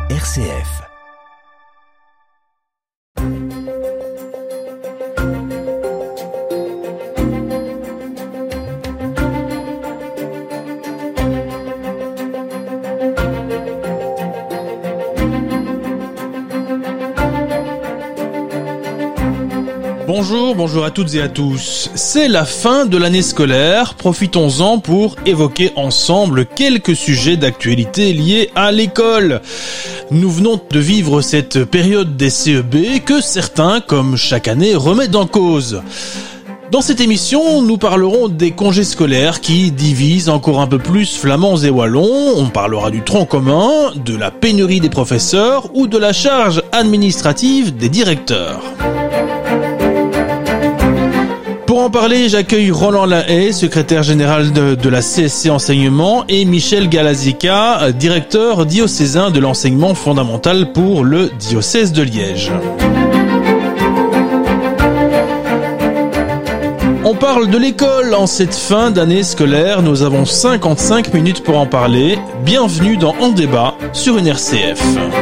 RCF. Bonjour à toutes et à tous. C'est la fin de l'année scolaire, profitons-en pour évoquer ensemble quelques sujets d'actualité liés à l'école. Nous venons de vivre cette période des CEB que certains, comme chaque année, remettent en cause. Dans cette émission, nous parlerons des congés scolaires qui divisent encore un peu plus flamands et wallons. On parlera du tronc commun, de la pénurie des professeurs ou de la charge administrative des directeurs. Pour en parler, j'accueille Roland Lahaye, secrétaire général de la CSC Enseignement, et Michel Galazica, directeur diocésain de l'enseignement fondamental pour le diocèse de Liège. On parle de l'école en cette fin d'année scolaire. Nous avons 55 minutes pour en parler. Bienvenue dans En débat sur une RCF.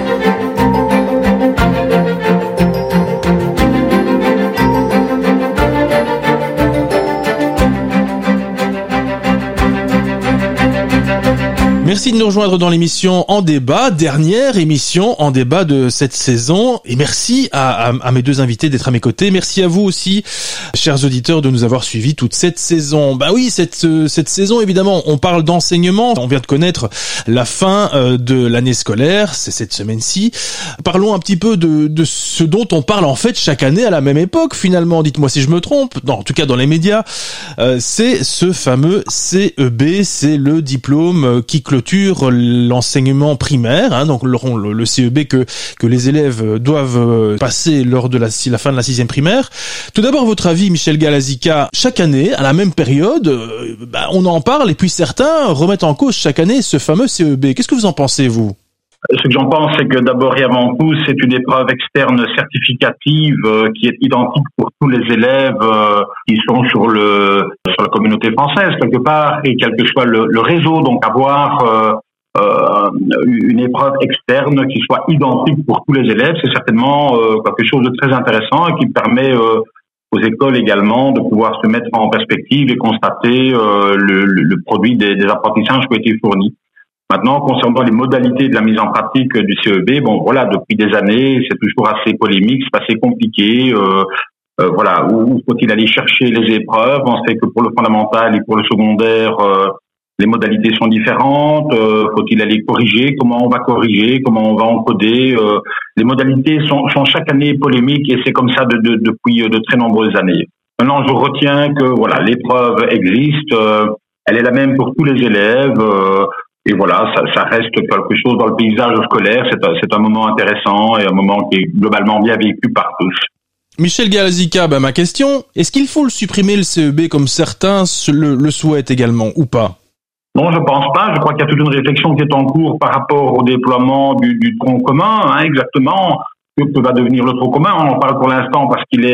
Merci de nous rejoindre dans l'émission En débat, dernière émission En débat de cette saison. Et merci à mes deux invités d'être à mes côtés. Merci à vous aussi, chers auditeurs, de nous avoir suivis toute cette saison. Bah oui, cette saison, évidemment, on parle d'enseignement. On vient de connaître la fin de l'année scolaire, c'est cette semaine-ci. Parlons un petit peu de ce dont on parle en fait chaque année à la même époque, finalement. Dites-moi si je me trompe. Non, en tout cas, dans les médias, c'est ce fameux CEB, c'est le diplôme qui clôture l'enseignement primaire, donc le CEB que les élèves doivent passer lors de la fin de la 6e primaire. Tout d'abord, votre avis, Michel Galazica, chaque année, à la même période, on en parle et puis certains remettent en cause chaque année ce fameux CEB. Qu'est-ce que vous en pensez, vous ? Ce que j'en pense, c'est que d'abord et avant tout, c'est une épreuve externe certificative qui est identique pour tous les élèves qui sont sur la communauté française quelque part, et quel que soit le réseau. Donc avoir une épreuve externe qui soit identique pour tous les élèves, c'est certainement quelque chose de très intéressant et qui permet aux écoles également de pouvoir se mettre en perspective et constater le produit des apprentissages qui ont été fournis. Maintenant, concernant les modalités de la mise en pratique du CEB, depuis des années, c'est toujours assez polémique, c'est assez compliqué. Où faut-il aller chercher les épreuves ? On sait que pour le fondamental et pour le secondaire, les modalités sont différentes. Faut-il aller corriger ? Comment on va corriger ? Comment on va encoder ? Les modalités sont chaque année polémiques et c'est comme ça depuis de très nombreuses années. Maintenant, je retiens que l'épreuve existe, elle est la même pour tous les élèves. Et ça reste quelque chose dans le paysage scolaire. C'est un moment intéressant et un moment qui est globalement bien vécu par tous. Michel Galazica, ma question, est-ce qu'il faut le supprimer le CEB comme certains le souhaitent également ou pas ? Non, je pense pas. Je crois qu'il y a toute une réflexion qui est en cours par rapport au déploiement du tronc commun, exactement. Que va devenir le tronc commun ? On en parle pour l'instant parce qu'il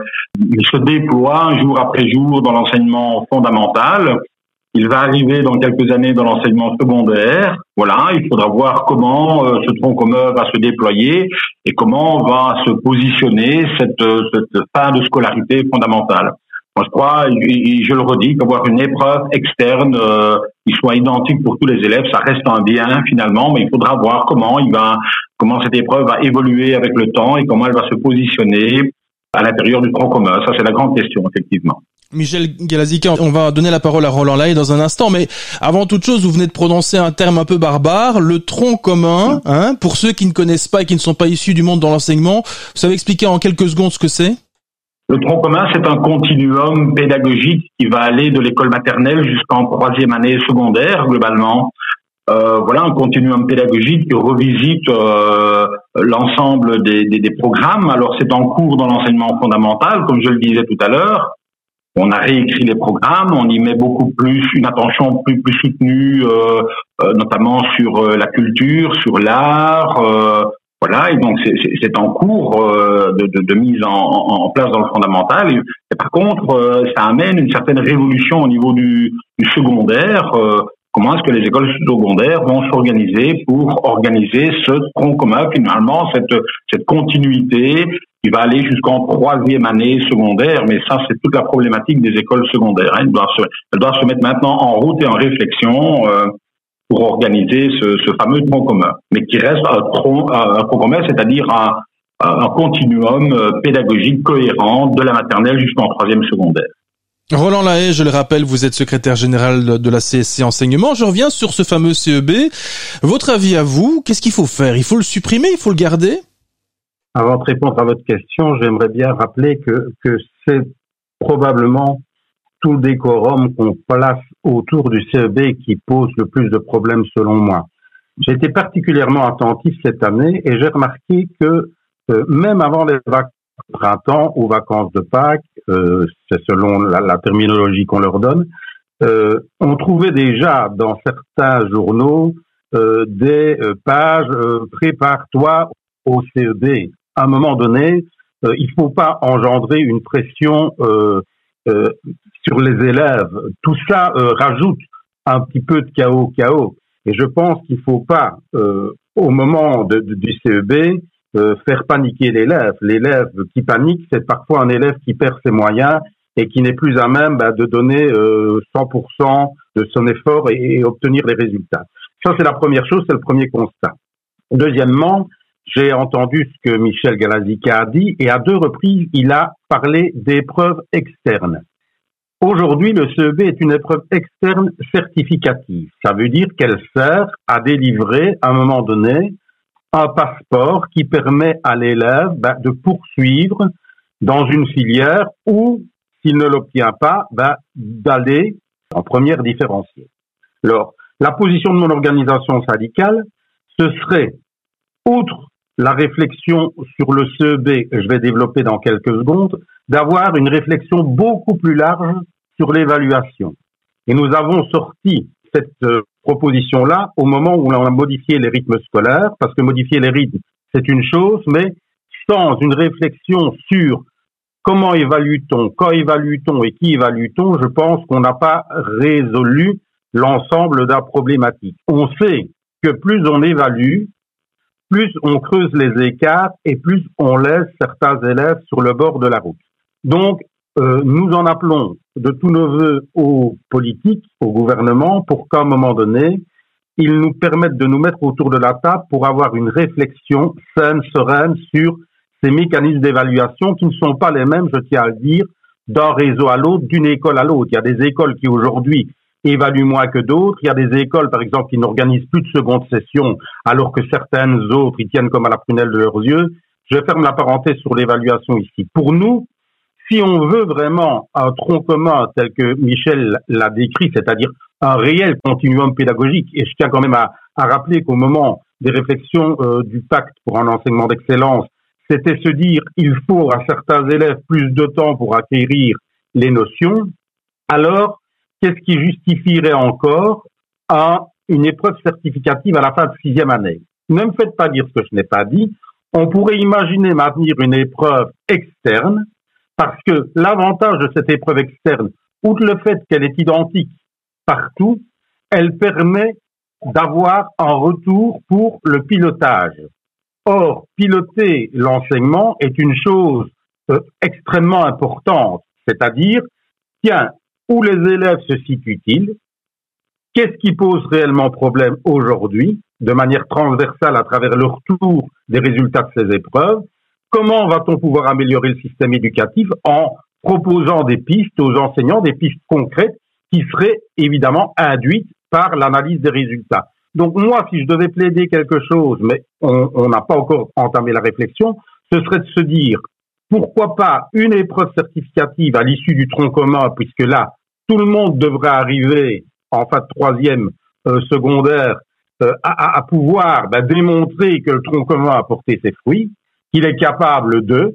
se déploie jour après jour dans l'enseignement fondamental. Il va arriver dans quelques années dans l'enseignement secondaire. Il faudra voir comment ce tronc commun va se déployer et comment va se positionner cette fin de scolarité fondamentale. Moi, je crois, et je le redis, qu'avoir une épreuve externe qui soit identique pour tous les élèves, ça reste un bien finalement, mais il faudra voir comment cette épreuve va évoluer avec le temps et comment elle va se positionner à l'intérieur du tronc commun. Ça, c'est la grande question, effectivement. Michel Galazica, on va donner la parole à Roland Lahaye dans un instant, mais avant toute chose, vous venez de prononcer un terme un peu barbare, le tronc commun, pour ceux qui ne connaissent pas et qui ne sont pas issus du monde dans l'enseignement. Vous savez expliquer en quelques secondes ce que c'est ? Le tronc commun, c'est un continuum pédagogique qui va aller de l'école maternelle jusqu'en 3e année secondaire, globalement. Un continuum pédagogique qui revisite l'ensemble des programmes. Alors, c'est en cours dans l'enseignement fondamental, comme je le disais tout à l'heure. On a réécrit les programmes, on y met beaucoup plus une attention plus soutenue, notamment sur la culture, sur l'art. Et donc c'est en cours de mise en place dans le fondamental. Et par contre, ça amène une certaine révolution au niveau du secondaire. Comment est-ce que les écoles secondaires vont s'organiser pour organiser ce tronc commun, finalement, cette continuité qui va aller jusqu'en 3e année secondaire, mais ça, c'est toute la problématique des écoles secondaires. Elles doivent se mettre maintenant en route et en réflexion pour organiser ce fameux tronc commun, mais qui reste un tronc commun, c'est-à-dire un continuum pédagogique cohérent de la maternelle jusqu'en 3e secondaire. Roland Lahaye, je le rappelle, vous êtes secrétaire général de la CSC Enseignement. Je reviens sur ce fameux CEB. Votre avis à vous, qu'est-ce qu'il faut faire? Il faut le supprimer? Il faut le garder? Avant de répondre à votre question, j'aimerais bien rappeler que c'est probablement tout le décorum qu'on place autour du CEB qui pose le plus de problèmes selon moi. J'ai été particulièrement attentif cette année et j'ai remarqué que même avant les vacances de printemps ou vacances de Pâques, c'est selon la terminologie qu'on leur donne, on trouvait déjà dans certains journaux des pages prépare-toi au CEB. À un moment donné, il faut pas engendrer une pression sur les élèves. Tout ça rajoute un petit peu de chaos. Et je pense qu'il faut pas, au moment du CEB, faire paniquer l'élève. L'élève qui panique, c'est parfois un élève qui perd ses moyens et qui n'est plus à même de donner 100% de son effort et obtenir les résultats. Ça, c'est la première chose, c'est le premier constat. Deuxièmement, j'ai entendu ce que Michel Galazica a dit et à 2 reprises, il a parlé d'épreuves externes. Aujourd'hui, le CEB est une épreuve externe certificative. Ça veut dire qu'elle sert à délivrer, à un moment donné, un passeport qui permet à l'élève de poursuivre dans une filière ou, s'il ne l'obtient pas, d'aller en première différenciée. Alors, la position de mon organisation syndicale, ce serait, outre la réflexion sur le CEB, je vais développer dans quelques secondes, d'avoir une réflexion beaucoup plus large sur l'évaluation. Et nous avons sorti cette proposition-là au moment où on a modifié les rythmes scolaires, parce que modifier les rythmes, c'est une chose, mais sans une réflexion sur comment évalue-t-on, quand évalue-t-on et qui évalue-t-on, je pense qu'on n'a pas résolu l'ensemble de la problématique. On sait que plus on évalue, plus on creuse les écarts et plus on laisse certains élèves sur le bord de la route. Donc, nous en appelons de tous nos vœux aux politiques, au gouvernement, pour qu'à un moment donné, ils nous permettent de nous mettre autour de la table pour avoir une réflexion saine, sereine sur ces mécanismes d'évaluation qui ne sont pas les mêmes, je tiens à le dire, d'un réseau à l'autre, d'une école à l'autre. Il y a des écoles qui aujourd'hui évaluent moins que d'autres. Il y a des écoles, par exemple, qui n'organisent plus de seconde session, alors que certaines autres, ils tiennent comme à la prunelle de leurs yeux. Je ferme la parenthèse sur l'évaluation ici. Pour nous, si on veut vraiment un tronc commun tel que Michel l'a décrit, c'est-à-dire un réel continuum pédagogique, et je tiens quand même à rappeler qu'au moment des réflexions du pacte pour un enseignement d'excellence, c'était se dire il faut à certains élèves plus de temps pour acquérir les notions, alors qu'est-ce qui justifierait encore une épreuve certificative à la fin de 6e année? Ne me faites pas dire ce que je n'ai pas dit. On pourrait imaginer maintenir une épreuve externe, parce que l'avantage de cette épreuve externe, outre le fait qu'elle est identique partout, elle permet d'avoir un retour pour le pilotage. Or, piloter l'enseignement est une chose extrêmement importante, c'est-à-dire, tiens, où les élèves se situent-ils? Qu'est-ce qui pose réellement problème aujourd'hui, de manière transversale à travers le retour des résultats de ces épreuves? Comment va-t-on pouvoir améliorer le système éducatif en proposant des pistes aux enseignants, des pistes concrètes qui seraient évidemment induites par l'analyse des résultats? Donc moi, si je devais plaider quelque chose, mais on n'a pas encore entamé la réflexion, ce serait de se dire, pourquoi pas une épreuve certificative à l'issue du tronc commun, puisque là, tout le monde devrait arriver en fin de 3e secondaire à pouvoir démontrer que le tronc commun a porté ses fruits, qu'il est capable de,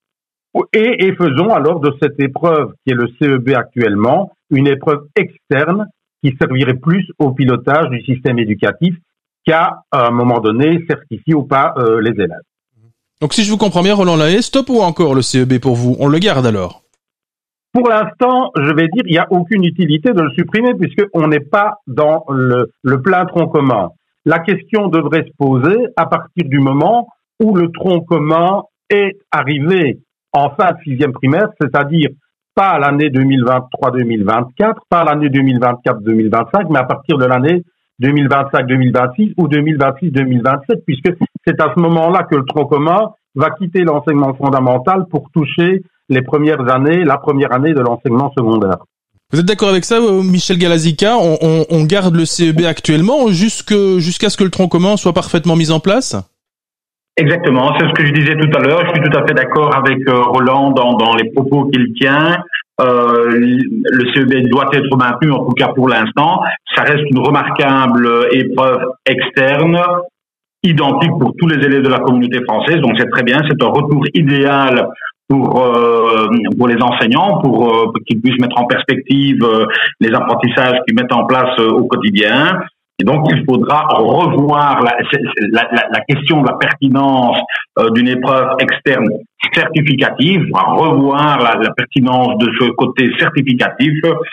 et faisons alors de cette épreuve qui est le CEB actuellement, une épreuve externe qui servirait plus au pilotage du système éducatif qu'à un moment donné certifier ou pas les élèves. Donc si je vous comprends bien, Roland Lahaye, stop ou encore le CEB pour vous? On le garde alors? Pour l'instant, je vais dire, il n'y a aucune utilité de le supprimer puisqu'on n'est pas dans le plein tronc commun. La question devrait se poser à partir du moment où le tronc commun est arrivé en fin de sixième primaire, c'est-à-dire pas à l'année 2023-2024, pas à l'année 2024-2025, mais à partir de l'année 2025-2026 ou 2026-2027, puisque c'est à ce moment-là que le tronc commun va quitter l'enseignement fondamental pour toucher les premières années, la première année de l'enseignement secondaire. Vous êtes d'accord avec ça, Michel Galazica? On garde le CEB actuellement jusqu'à ce que le tronc commun soit parfaitement mis en place? Exactement, c'est ce que je disais tout à l'heure. Je suis tout à fait d'accord avec Roland dans les propos qu'il tient. Le CEB doit être maintenu, en tout cas pour l'instant. Ça reste une remarquable épreuve externe, identique pour tous les élèves de la communauté française. Donc c'est très bien, c'est un retour idéal pour les enseignants, pour qu'ils puissent mettre en perspective les apprentissages qu'ils mettent en place au quotidien. Et donc, il faudra revoir la question de la pertinence d'une épreuve externe certificative, revoir la pertinence de ce côté certificatif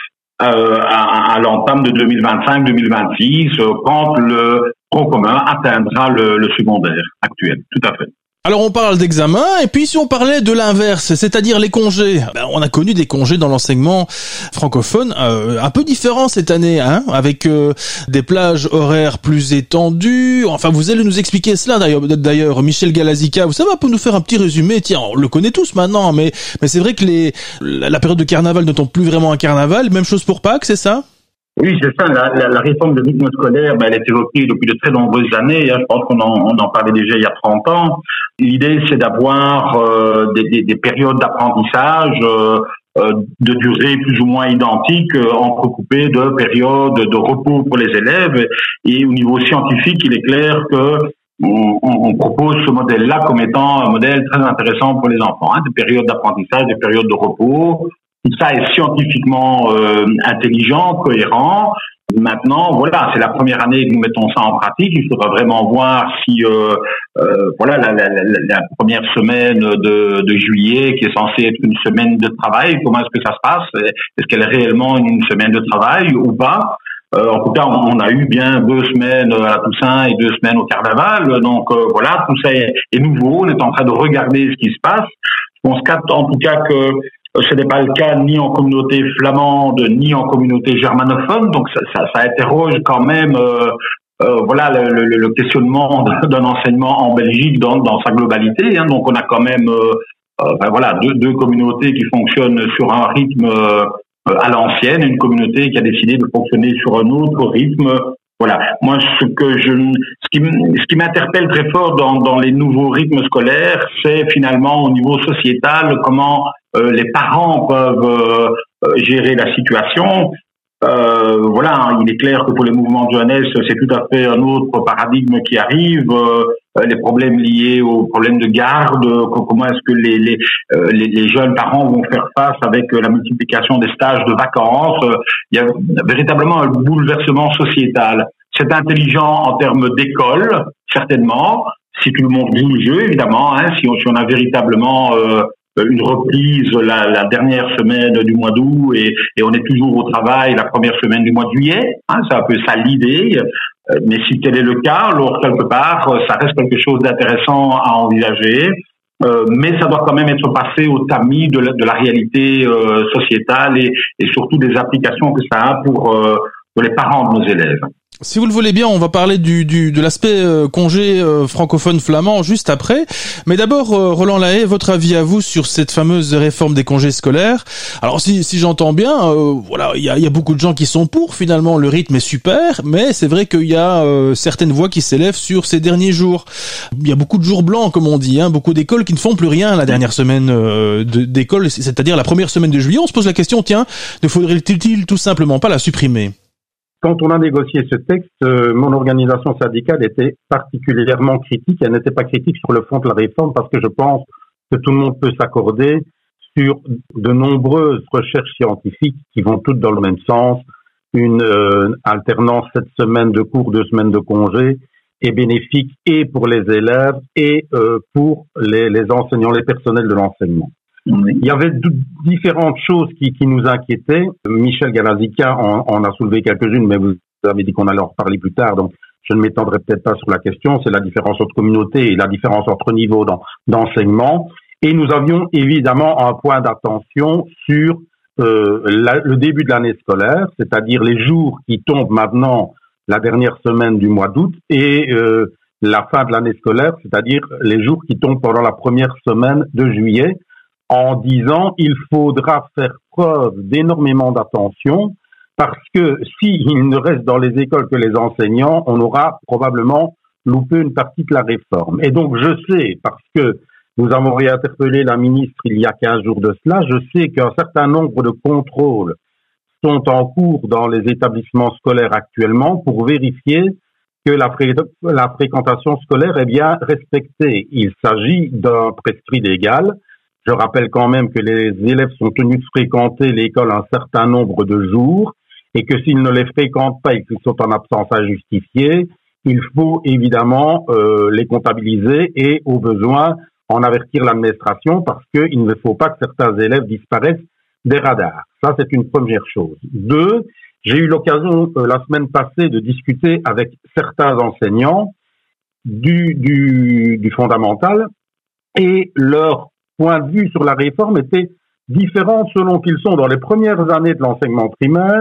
à l'entame de 2025-2026, quand le tronc commun atteindra le secondaire actuel. Tout à fait. Alors on parle d'examen, et puis si on parlait de l'inverse, c'est-à-dire les congés, on a connu des congés dans l'enseignement francophone un peu différents cette année, avec des plages horaires plus étendues. Enfin, vous allez nous expliquer cela d'ailleurs, Michel Galazica. Vous savez, un peu nous faire un petit résumé. Tiens, on le connaît tous maintenant, mais c'est vrai que la période de carnaval ne tombe plus vraiment un carnaval. Même chose pour Pâques, c'est ça? Oui, c'est ça. La réforme du rythme scolaire, elle est évoquée depuis de très nombreuses années. Je pense qu'on en parlait déjà il y a 30 ans. L'idée, c'est d'avoir des périodes d'apprentissage de durée plus ou moins identique, entrecoupées de périodes de repos pour les élèves. Et au niveau scientifique, il est clair que on propose ce modèle-là comme étant un modèle très intéressant pour les enfants. Des périodes d'apprentissage, des périodes de repos. Tout ça est scientifiquement intelligent, cohérent. Maintenant, voilà, c'est la première année que nous mettons ça en pratique. Il faudra vraiment voir si, la première semaine de juillet, qui est censée être une semaine de travail, comment est-ce que ça se passe? Est-ce qu'elle est réellement une semaine de travail ou pas? En tout cas, on a eu bien 2 semaines à la Toussaint et 2 semaines au Carnaval. Donc voilà, tout ça est nouveau. On est en train de regarder ce qui se passe. Je constate en tout cas que ce n'est pas le cas ni en communauté flamande ni en communauté germanophone, donc ça interroge quand même le questionnement d'un enseignement en Belgique dans sa globalité. Donc on a quand même deux communautés qui fonctionnent sur un rythme à l'ancienne, une communauté qui a décidé de fonctionner sur un autre rythme. Voilà. Moi, ce qui m'interpelle très fort dans les nouveaux rythmes scolaires, c'est finalement au niveau sociétal comment les parents peuvent gérer la situation. Il est clair que pour les mouvements de jeunesse, c'est tout à fait un autre paradigme qui arrive. Les problèmes liés aux problèmes de garde, comment est-ce que les jeunes parents vont faire face avec la multiplication des stages de vacances. Il y a véritablement un bouleversement sociétal. C'est intelligent en termes d'école, certainement, si tout le monde joue le jeu, évidemment, si on a véritablement une reprise la dernière semaine du mois d'août et on est toujours au travail la première semaine du mois de juillet. C'est un peu ça l'idée. Mais si tel est le cas, alors quelque part, ça reste quelque chose d'intéressant à envisager. Mais ça doit quand même être passé au tamis de la réalité sociétale et surtout des applications que ça a pour les parents de nos élèves. Si vous le voulez bien, on va parler de l'aspect congé francophone flamand juste après. Mais d'abord, Roland Lahaye, votre avis à vous sur cette fameuse réforme des congés scolaires. Alors si j'entends bien, il y a beaucoup de gens qui sont pour. Finalement, le rythme est super, mais c'est vrai qu'il y a certaines voix qui s'élèvent sur ces derniers jours. Il y a beaucoup de jours blancs, comme on dit, beaucoup d'écoles qui ne font plus rien la dernière semaine d'école, c'est-à-dire la première semaine de juillet. On se pose la question, ne faudrait-il tout simplement pas la supprimer? Quand on a négocié ce texte, mon organisation syndicale était particulièrement critique. Elle n'était pas critique sur le fond de la réforme parce que je pense que tout le monde peut s'accorder sur de nombreuses recherches scientifiques qui vont toutes dans le même sens. Une alternance 7 semaines de cours, 2 semaines de congé est bénéfique et pour les élèves et pour les enseignants, les personnels de l'enseignement. Il y avait différentes choses qui nous inquiétaient. Michel Galazica en a soulevé quelques-unes, mais vous avez dit qu'on allait en reparler plus tard, donc je ne m'étendrai peut-être pas sur la question. C'est la différence entre communautés et la différence entre niveaux d'enseignement. Et nous avions évidemment un point d'attention sur le début de l'année scolaire, c'est-à-dire les jours qui tombent maintenant la dernière semaine du mois d'août et la fin de l'année scolaire, c'est-à-dire les jours qui tombent pendant la première semaine de juillet, en disant il faudra faire preuve d'énormément d'attention parce que s'il ne reste dans les écoles que les enseignants, on aura probablement loupé une partie de la réforme. Et donc je sais, parce que nous avons réinterpellé la ministre il y a 15 jours de cela, je sais qu'un certain nombre de contrôles sont en cours dans les établissements scolaires actuellement pour vérifier que la fréquentation scolaire est bien respectée. Il s'agit d'un prescrit légal. Je rappelle quand même que les élèves sont tenus de fréquenter l'école un certain nombre de jours et que s'ils ne les fréquentent pas et qu'ils sont en absence injustifiée, il faut évidemment les comptabiliser et au besoin en avertir l'administration parce qu'il ne faut pas que certains élèves disparaissent des radars. Ça, c'est une première chose. 2, j'ai eu l'occasion la semaine passée de discuter avec certains enseignants du fondamental et leur point de vue sur la réforme était différent selon qu'ils sont dans les premières années de l'enseignement primaire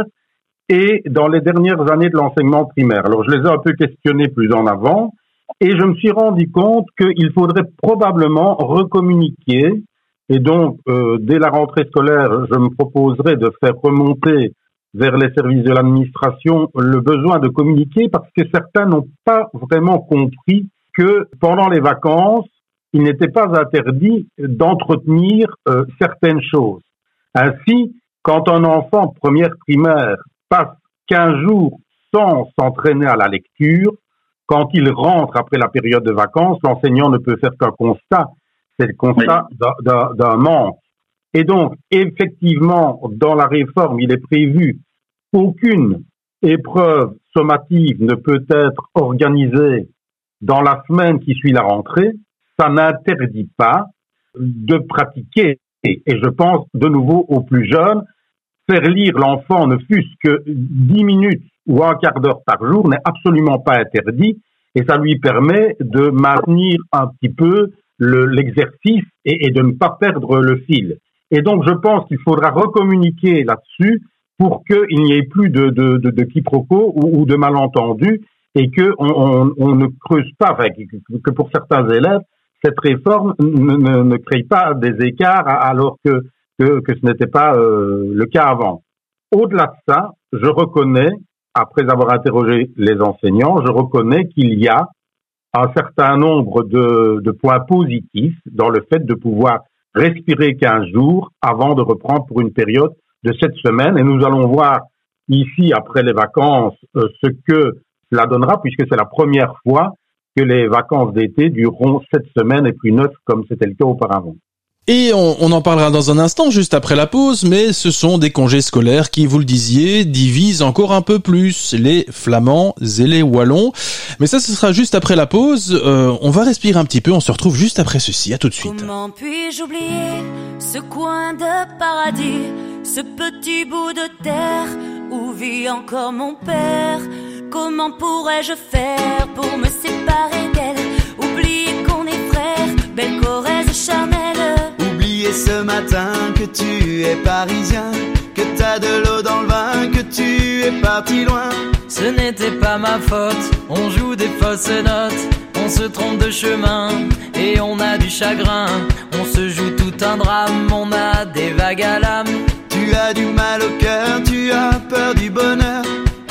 et dans les dernières années de l'enseignement primaire. Alors, je les ai un peu questionnés plus en avant et je me suis rendu compte qu'il faudrait probablement recommuniquer et donc, dès la rentrée scolaire, je me proposerai de faire remonter vers les services de l'administration le besoin de communiquer parce que certains n'ont pas vraiment compris que pendant les vacances, il n'était pas interdit d'entretenir certaines choses. Ainsi, quand un enfant de première primaire passe 15 jours sans s'entraîner à la lecture, quand il rentre après la période de vacances, l'enseignant ne peut faire qu'un constat. C'est le constat d'un manque. Et donc, effectivement, dans la réforme, il est prévu qu'aucune épreuve sommative ne peut être organisée dans la semaine qui suit la rentrée. Ça n'interdit pas de pratiquer, et je pense de nouveau aux plus jeunes, faire lire l'enfant ne fût-ce que 10 minutes ou un quart d'heure par jour n'est absolument pas interdit, et ça lui permet de maintenir un petit peu l'exercice et de ne pas perdre le fil. Et donc, je pense qu'il faudra recommuniquer là-dessus pour qu'il n'y ait plus de quiproquos ou de malentendus et qu'on ne creuse pas, enfin, que pour certains élèves, cette réforme ne crée pas des écarts alors que ce n'était pas le cas avant. Au-delà de ça, je reconnais, après avoir interrogé les enseignants, je reconnais qu'il y a un certain nombre de points positifs dans le fait de pouvoir respirer 15 jours avant de reprendre pour une période de 7 semaines. Et nous allons voir ici, après les vacances, ce que cela donnera, puisque c'est la première fois que les vacances d'été dureront 7 semaines et plus 9 comme c'était le cas auparavant. Et on en parlera dans un instant, juste après la pause, mais ce sont des congés scolaires qui, vous le disiez, divisent encore un peu plus les Flamands et les Wallons. Mais ça, ce sera juste après la pause. On va respirer un petit peu, on se retrouve juste après ceci. À tout de suite. Comment puis-je oublier ce coin de paradis, ce petit bout de terre où vit encore mon père? Comment pourrais-je faire pour me séparer d'elle? Oublier qu'on est frères, belle Corrèze charnelle. Oublier ce matin que tu es parisien, que t'as de l'eau dans le vin, que tu es parti loin. Ce n'était pas ma faute, on joue des fausses notes, on se trompe de chemin et on a du chagrin. On se joue tout un drame, on a des vagues à l'âme. Tu as du mal au cœur, tu as peur du bonheur.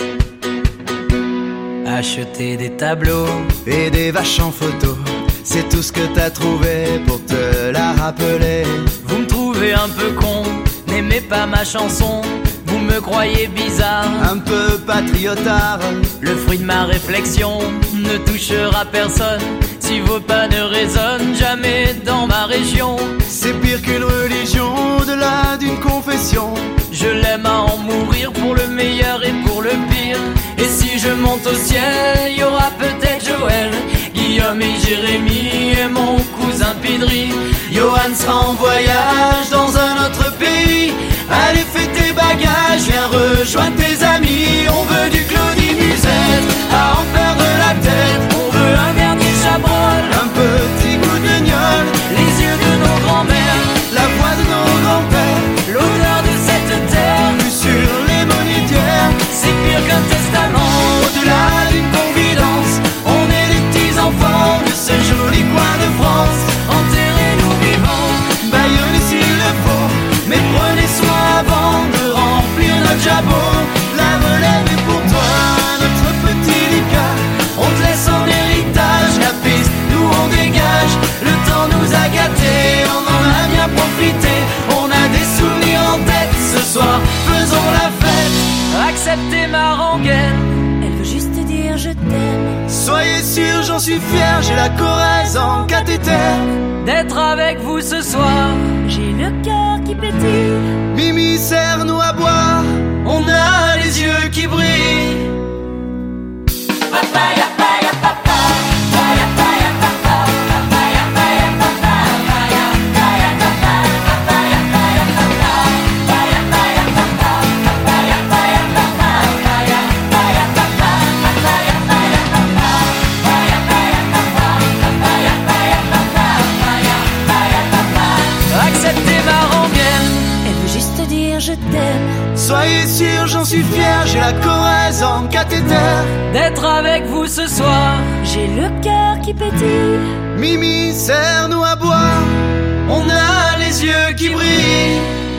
Acheter des tableaux et des vaches en photo, c'est tout ce que t'as trouvé pour te la rappeler. Vous me trouvez un peu con, n'aimez pas ma chanson. Vous me croyez bizarre, un peu patriotard. Le fruit de ma réflexion ne touchera personne si vos pas ne résonnent jamais dans ma région. C'est pire qu'une religion, au-delà d'une confession. Je l'aime à en mourir pour le meilleur et pour le pire. Et si je monte au ciel, il y aura peut-être Joël, Guillaume et Jérémy et mon cousin Pidri. Johan sera en voyage suis fier, j'ai la Corrèze en cathéter. D'être avec vous ce soir, j'ai le cœur qui pétille. Mimi, serre-nous à boire, on a les yeux qui brillent. Papaya, papaya, papaya. Je t'aime. Soyez sûr, j'en suis fier, j'ai la Corrèze en cathéter. D'être avec vous ce soir, j'ai le cœur qui pétille. Mimi, serre-nous à boire, on a les yeux qui brillent.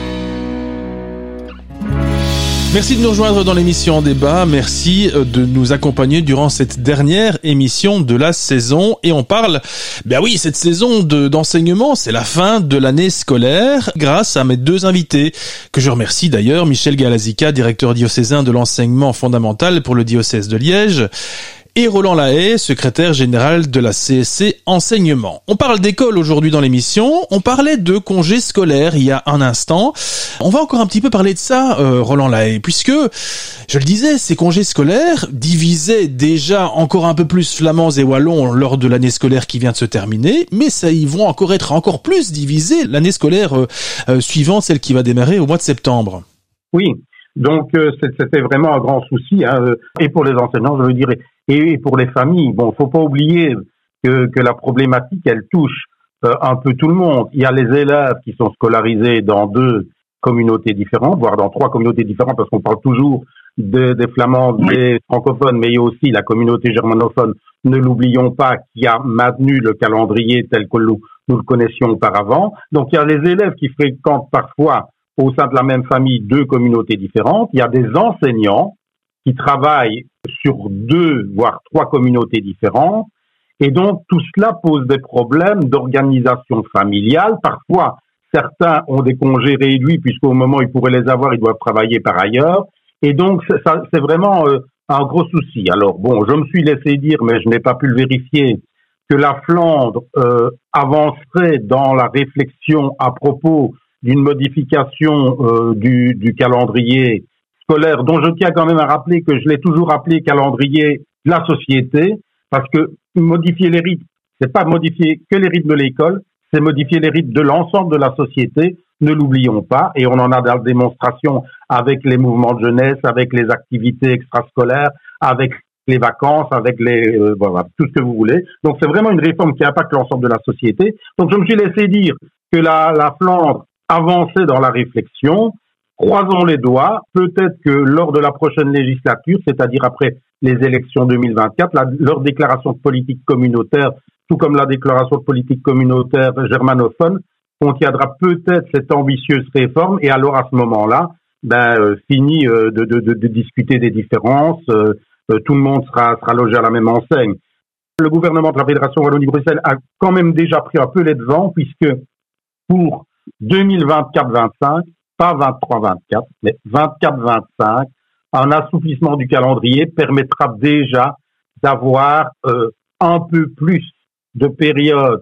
Merci de nous rejoindre dans l'émission En Débat. Merci de nous accompagner durant cette dernière émission de la saison. Et on parle, ben oui, cette saison d'enseignement, c'est la fin de l'année scolaire grâce à mes deux invités, que je remercie d'ailleurs, Michel Galazica, directeur diocésain de l'enseignement fondamental pour le diocèse de Liège, et Roland Lahaye, secrétaire général de la CSC Enseignement. On parle d'école aujourd'hui dans l'émission, on parlait de congés scolaires il y a un instant. On va encore un petit peu parler de ça, Roland Lahaye, puisque, je le disais, ces congés scolaires divisaient déjà encore un peu plus flamands et wallons lors de l'année scolaire qui vient de se terminer, mais ça, ils vont être encore plus divisés l'année scolaire suivante, celle qui va démarrer au mois de septembre. Oui, donc c'était vraiment un grand souci, et pour les enseignants, je veux dire, et pour les familles. Bon, faut pas oublier que la problématique, elle touche un peu tout le monde. Il y a les élèves qui sont scolarisés dans 2 communautés différentes, voire dans 3 communautés différentes, parce qu'on parle toujours des flamands, des francophones, mais il y a aussi la communauté germanophone, ne l'oublions pas, qui a maintenu le calendrier tel que nous le connaissions auparavant. Donc il y a les élèves qui fréquentent parfois au sein de la même famille 2 communautés différentes. Il y a des enseignants qui travaillent sur 2, voire 3 communautés différentes. Et donc, tout cela pose des problèmes d'organisation familiale. Parfois, certains ont des congés réduits, puisqu'au moment où ils pourraient les avoir, ils doivent travailler par ailleurs. Et donc, c'est vraiment un gros souci. Alors, bon, je me suis laissé dire, mais je n'ai pas pu le vérifier, que la Flandre avancerait dans la réflexion à propos d'une modification du calendrier scolaire, dont je tiens quand même à rappeler que je l'ai toujours appelé calendrier de la société, parce que modifier les rythmes, c'est pas modifier que les rythmes de l'école, c'est modifier les rythmes de l'ensemble de la société, ne l'oublions pas, et on en a dans la démonstration avec les mouvements de jeunesse, avec les activités extrascolaires, avec les vacances, avec voilà, tout ce que vous voulez. Donc c'est vraiment une réforme qui impacte l'ensemble de la société. Donc je me suis laissé dire que la Flandre avançait dans la réflexion. Croisons les doigts, peut-être que lors de la prochaine législature, c'est-à-dire après les élections 2024, leur déclaration de politique communautaire, tout comme la déclaration de politique communautaire germanophone, contiendra peut-être cette ambitieuse réforme, et alors à ce moment-là, fini de discuter des différences, tout le monde sera logé à la même enseigne. Le gouvernement de la Fédération Wallonie-Bruxelles a quand même déjà pris un peu les devants, puisque pour 2024-25, pas 23-24, mais 24-25, un assouplissement du calendrier permettra déjà d'avoir un peu plus de périodes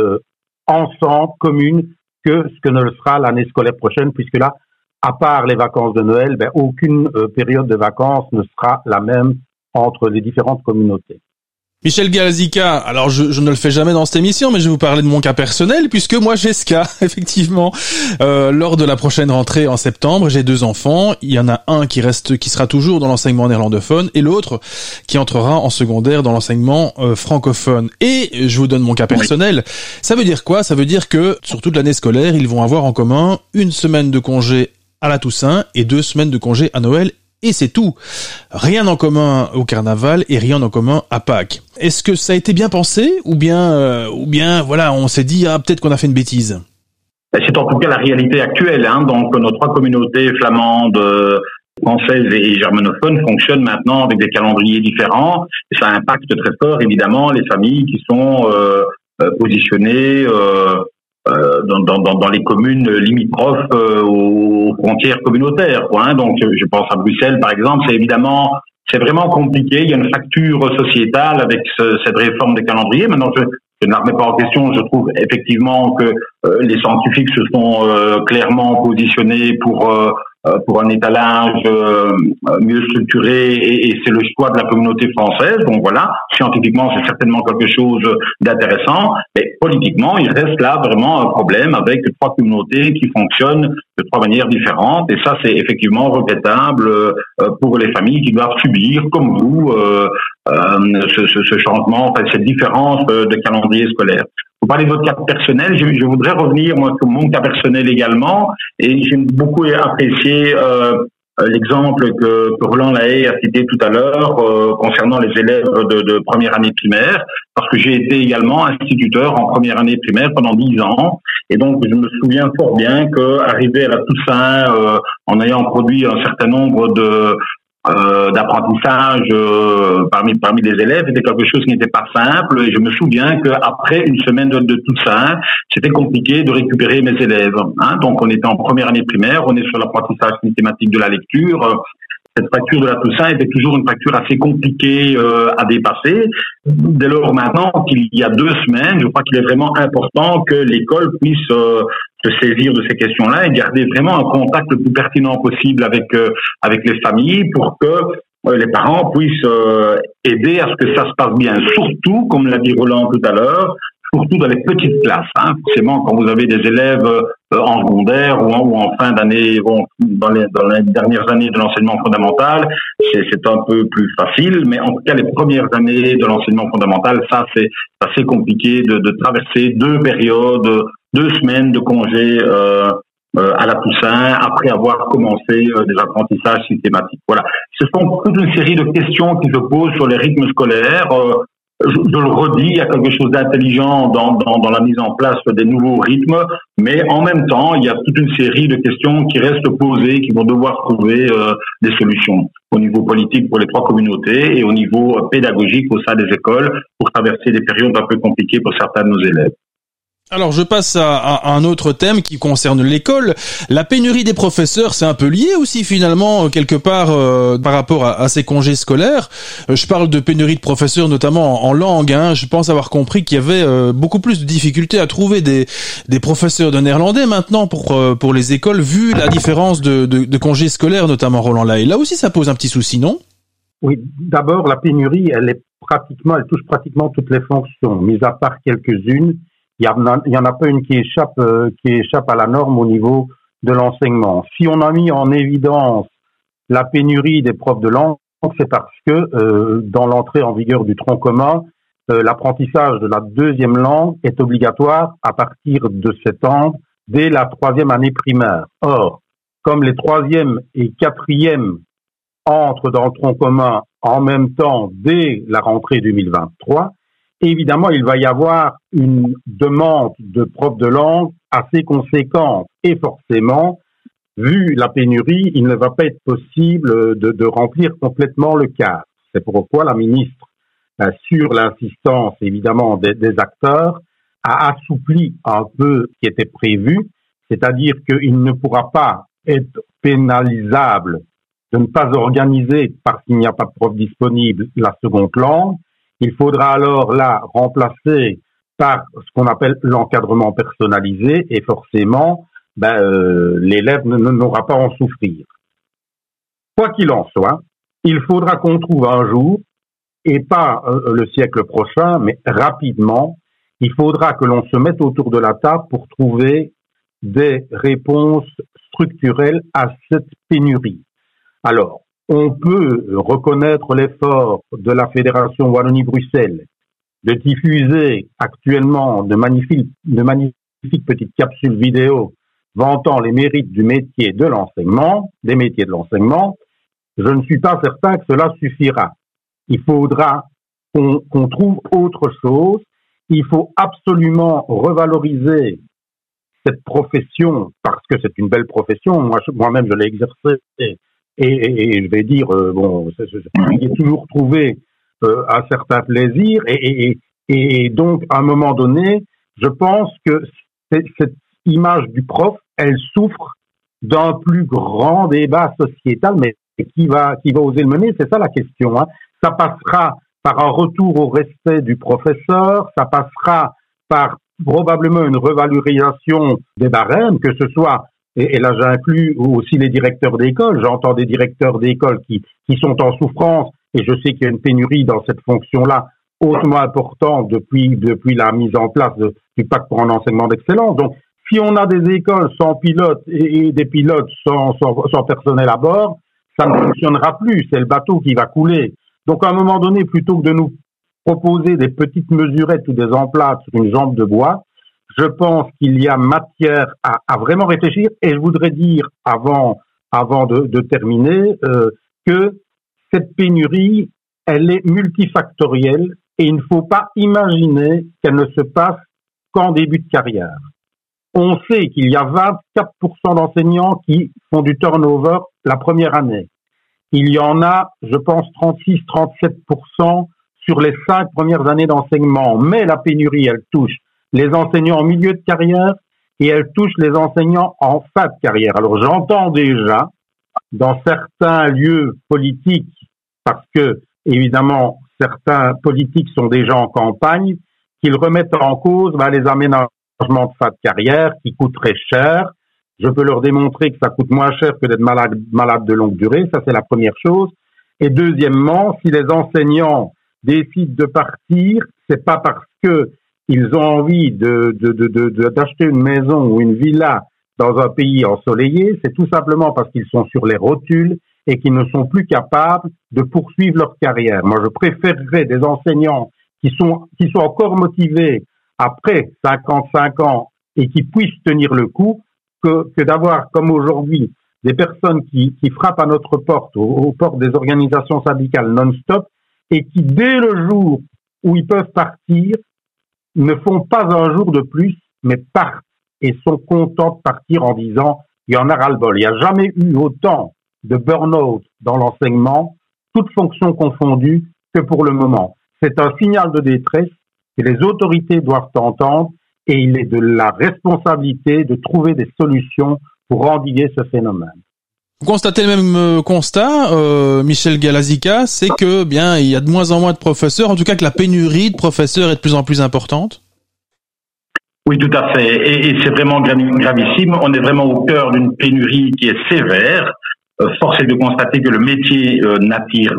ensemble, communes, que ce que ne le sera l'année scolaire prochaine, puisque là, à part les vacances de Noël, aucune période de vacances ne sera la même entre les différentes communautés. Michel Galazica, alors je ne le fais jamais dans cette émission, mais je vais vous parler de mon cas personnel, puisque moi j'ai ce cas, effectivement. Lors de la prochaine rentrée en septembre, j'ai 2 enfants. Il y en a un qui sera toujours dans l'enseignement néerlandophone, et l'autre qui entrera en secondaire dans l'enseignement francophone. Et je vous donne mon cas personnel. Oui. Ça veut dire quoi? Ça veut dire que sur toute l'année scolaire, ils vont avoir en commun 1 semaine de congé à la Toussaint et 2 semaines de congé à Noël. Et c'est tout. Rien en commun au carnaval et rien en commun à Pâques. Est-ce que ça a été bien pensé ou bien voilà, on s'est dit peut-être qu'on a fait une bêtise? C'est en tout cas la réalité actuelle. Donc nos 3 communautés flamandes, françaises et germanophones fonctionnent maintenant avec des calendriers différents. Et ça impacte très fort évidemment les familles qui sont positionnées dans les communes limitrophes aux frontières communautaires, quoi, hein. Donc, je pense à Bruxelles, par exemple. C'est vraiment compliqué. Il y a une fracture sociétale avec cette réforme des calendriers. Maintenant, je ne la remets pas en question. Je trouve effectivement que les scientifiques se sont clairement positionnés pour un étalage mieux structuré, et c'est le choix de la communauté française. Donc voilà, scientifiquement, c'est certainement quelque chose d'intéressant, mais politiquement, il reste là vraiment un problème avec trois communautés qui fonctionnent de trois manières différentes, et ça, c'est effectivement regrettable pour les familles qui doivent subir, comme vous, ce changement, enfin, cette différence de calendrier scolaire. Vous parlez de votre cas personnel, je voudrais revenir, moi, sur mon cas personnel également, et j'ai beaucoup apprécié l'exemple que Roland Lahaye a cité tout à l'heure concernant les élèves de première année primaire, parce que j'ai été également instituteur en première année primaire pendant 10 ans, et donc je me souviens fort bien qu'arriver à la Toussaint, en ayant produit un certain nombre d'apprentissage parmi les élèves, c'était quelque chose qui n'était pas simple, et je me souviens qu'après une semaine de Toussaint, c'était compliqué de récupérer mes élèves, hein. Donc on était en première année primaire, on est sur l'apprentissage systématique de la lecture. Cette facture de la Toussaint était toujours une facture assez compliquée à dépasser. Dès lors maintenant qu'il y a 2 semaines, je crois qu'il est vraiment important que l'école puisse se saisir de ces questions-là et garder vraiment un contact le plus pertinent possible avec les familles pour que les parents puissent aider à ce que ça se passe bien. Surtout, comme l'a dit Roland tout à l'heure, surtout dans les petites classes, hein. Forcément, quand vous avez des élèves en secondaire ou en fin d'année, dans les dernières années de l'enseignement fondamental, c'est un peu plus facile, mais en tout cas, les premières années de l'enseignement fondamental, ça, c'est assez compliqué de traverser 2 périodes, 2 semaines de congé à la Toussaint, après avoir commencé des apprentissages systématiques. Voilà. Ce sont toute une série de questions qui se posent sur les rythmes scolaires. Je le redis, il y a quelque chose d'intelligent dans la mise en place des nouveaux rythmes, mais en même temps, il y a toute une série de questions qui restent posées, qui vont devoir trouver des solutions au niveau politique pour les 3 communautés et au niveau pédagogique au sein des écoles pour traverser des périodes un peu compliquées pour certains de nos élèves. Alors je passe à un autre thème qui concerne l'école. La pénurie des professeurs, c'est un peu lié aussi finalement quelque part par rapport à ces congés scolaires. Je parle de pénurie de professeurs notamment en langue, hein. Je pense avoir compris qu'il y avait beaucoup plus de difficultés à trouver des professeurs de néerlandais maintenant pour les écoles, vu la différence de congés scolaires, notamment Roland Lahaye. Là aussi ça pose un petit souci, non? Oui, d'abord la pénurie, elle touche pratiquement toutes les fonctions, mis à part quelques-unes. Il y en a pas une qui échappe à la norme au niveau de l'enseignement. Si on a mis en évidence la pénurie des profs de langue, c'est parce que dans l'entrée en vigueur du tronc commun, l'apprentissage de la 2e langue est obligatoire à partir de septembre, dès la 3e année primaire. Or, comme les 3e et 4e entrent dans le tronc commun en même temps dès la rentrée 2023, évidemment, il va y avoir une demande de profs de langue assez conséquente. Et forcément, vu la pénurie, il ne va pas être possible de remplir complètement le cadre. C'est pourquoi la ministre, sur l'insistance évidemment des acteurs, a assoupli un peu ce qui était prévu, c'est-à-dire qu'il ne pourra pas être pénalisable de ne pas organiser, parce qu'il n'y a pas de prof disponible, la seconde langue. Il faudra alors là remplacer par ce qu'on appelle l'encadrement personnalisé et forcément, l'élève n'aura pas à en souffrir. Quoi qu'il en soit, il faudra qu'on trouve un jour, et pas le siècle prochain, mais rapidement, il faudra que l'on se mette autour de la table pour trouver des réponses structurelles à cette pénurie. Alors, on peut reconnaître l'effort de la Fédération Wallonie-Bruxelles de diffuser actuellement de magnifiques petites capsules vidéo vantant les mérites du métier de l'enseignement, des métiers de l'enseignement. Je ne suis pas certain que cela suffira. Il faudra qu'on trouve autre chose. Il faut absolument revaloriser cette profession parce que c'est une belle profession. Moi-même, je l'ai exercée. Et je vais dire, j'ai toujours trouvé un certain plaisir. Et donc, à un moment donné, je pense que cette image du prof, elle souffre d'un plus grand débat sociétal, mais qui va oser le mener? C'est ça la question. Ça passera par un retour au respect du professeur, ça passera par probablement une revalorisation des barèmes, que ce soit, et là j'inclus aussi les directeurs d'école, j'entends des directeurs d'école qui sont en souffrance, et je sais qu'il y a une pénurie dans cette fonction-là hautement importante depuis la mise en place du pacte pour un enseignement d'excellence. Donc, si on a des écoles sans pilote et des pilotes sans personnel à bord, ça ne fonctionnera plus, c'est le bateau qui va couler. Donc, à un moment donné, plutôt que de nous proposer des petites mesurettes ou des emplâtres sur une jambe de bois, je pense qu'il y a matière à vraiment réfléchir. Et je voudrais dire, avant de terminer, que cette pénurie, elle est multifactorielle et il ne faut pas imaginer qu'elle ne se passe qu'en début de carrière. On sait qu'il y a 24% d'enseignants qui font du turnover la première année. Il y en a, je pense, 36-37% sur les 5 premières années d'enseignement. Mais la pénurie, elle touche les enseignants en milieu de carrière et elle touche les enseignants en fin de carrière. Alors j'entends déjà, dans certains lieux politiques, parce que, évidemment, certains politiques sont déjà en campagne, qu'ils remettent en cause les aménagements de fin de carrière qui coûtent très cher. Je peux leur démontrer que ça coûte moins cher que d'être malade de longue durée. Ça, c'est la première chose. Et deuxièmement, si les enseignants décident de partir, c'est pas parce que ils ont envie d'acheter une maison ou une villa dans un pays ensoleillé, c'est tout simplement parce qu'ils sont sur les rotules et qu'ils ne sont plus capables de poursuivre leur carrière. Moi, je préférerais des enseignants qui sont encore motivés après 55 ans et qui puissent tenir le coup que d'avoir, comme aujourd'hui, des personnes qui frappent à notre porte, aux portes des organisations syndicales non-stop et qui, dès le jour où ils peuvent partir, ne font pas un jour de plus, mais partent et sont contents de partir en disant il y en a ras-le-bol. Il n'y a jamais eu autant de burn-out dans l'enseignement, toutes fonctions confondues, que pour le moment. C'est un signal de détresse que les autorités doivent entendre et il est de la responsabilité de trouver des solutions pour endiguer ce phénomène. Vous constatez le même constat, Michel Galazica, c'est que il y a de moins en moins de professeurs, en tout cas que la pénurie de professeurs est de plus en plus importante? Oui, tout à fait. Et c'est vraiment gravissime. On est vraiment au cœur d'une pénurie qui est sévère. Force est de constater que le métier n'attire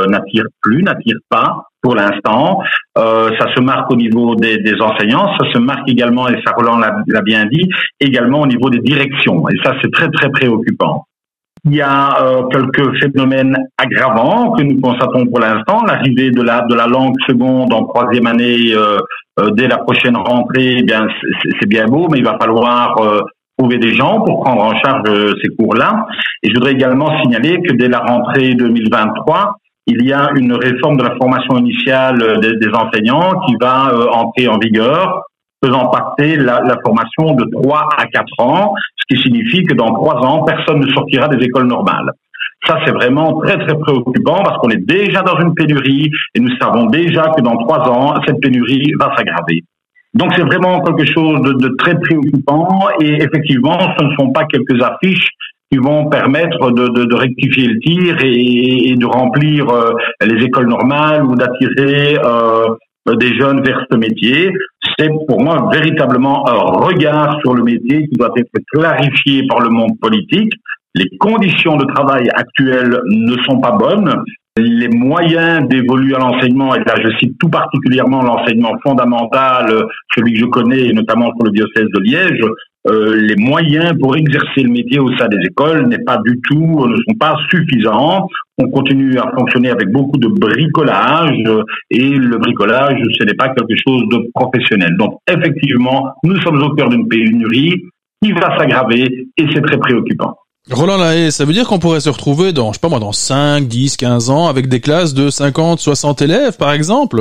pas pour l'instant. Ça se marque au niveau des enseignants, ça se marque également, et ça Roland l'a bien dit, également au niveau des directions. Et ça, c'est très, très préoccupant. Il y a quelques phénomènes aggravants que nous constatons pour l'instant. L'arrivée de la langue seconde en 3e année dès la prochaine rentrée, c'est bien beau, mais il va falloir trouver des gens pour prendre en charge ces cours-là. Et je voudrais également signaler que dès la rentrée 2023, il y a une réforme de la formation initiale des enseignants qui va entrer en vigueur, faisant passer la formation de 3 à 4 ans, ce qui signifie que dans 3 ans, personne ne sortira des écoles normales. Ça, c'est vraiment très, très préoccupant parce qu'on est déjà dans une pénurie et nous savons déjà que dans 3 ans, cette pénurie va s'aggraver. Donc, c'est vraiment quelque chose de très préoccupant et effectivement, ce ne sont pas quelques affiches qui vont permettre de rectifier le tir et de remplir les écoles normales ou d'attirer des jeunes vers ce métier. C'est pour moi véritablement un regard sur le métier qui doit être clarifié par le monde politique. Les conditions de travail actuelles ne sont pas bonnes. Les moyens d'évoluer à l'enseignement, et là je cite tout particulièrement l'enseignement fondamental, celui que je connais, notamment pour le diocèse de Liège, les moyens pour exercer le métier au sein des écoles ne sont pas suffisants. On continue à fonctionner avec beaucoup de bricolage et le bricolage, ce n'est pas quelque chose de professionnel. Donc effectivement, nous sommes au cœur d'une pénurie qui va s'aggraver et c'est très préoccupant. Roland Lahaye, ça veut dire qu'on pourrait se retrouver dans 5, 10, 15 ans avec des classes de 50, 60 élèves par exemple?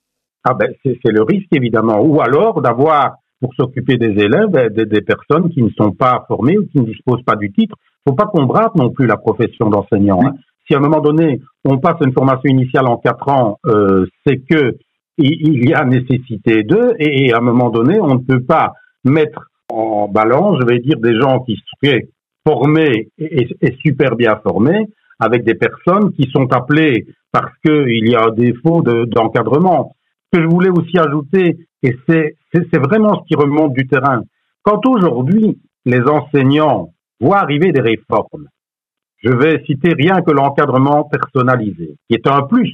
C'est le risque évidemment. Ou alors d'avoir pour s'occuper des élèves, des personnes qui ne sont pas formées ou qui ne disposent pas du titre. Il ne faut pas qu'on brade non plus la profession d'enseignant. Si à un moment donné, on passe une formation initiale en 4 ans, c'est que il y a nécessité d'eux, et à un moment donné, on ne peut pas mettre en balance, je vais dire, des gens qui seraient formés et super bien formés, avec des personnes qui sont appelées parce qu'il y a un défaut d'encadrement. Ce que je voulais aussi ajouter, et c'est vraiment ce qui remonte du terrain, quand aujourd'hui les enseignants voient arriver des réformes, je vais citer rien que l'encadrement personnalisé, qui est un plus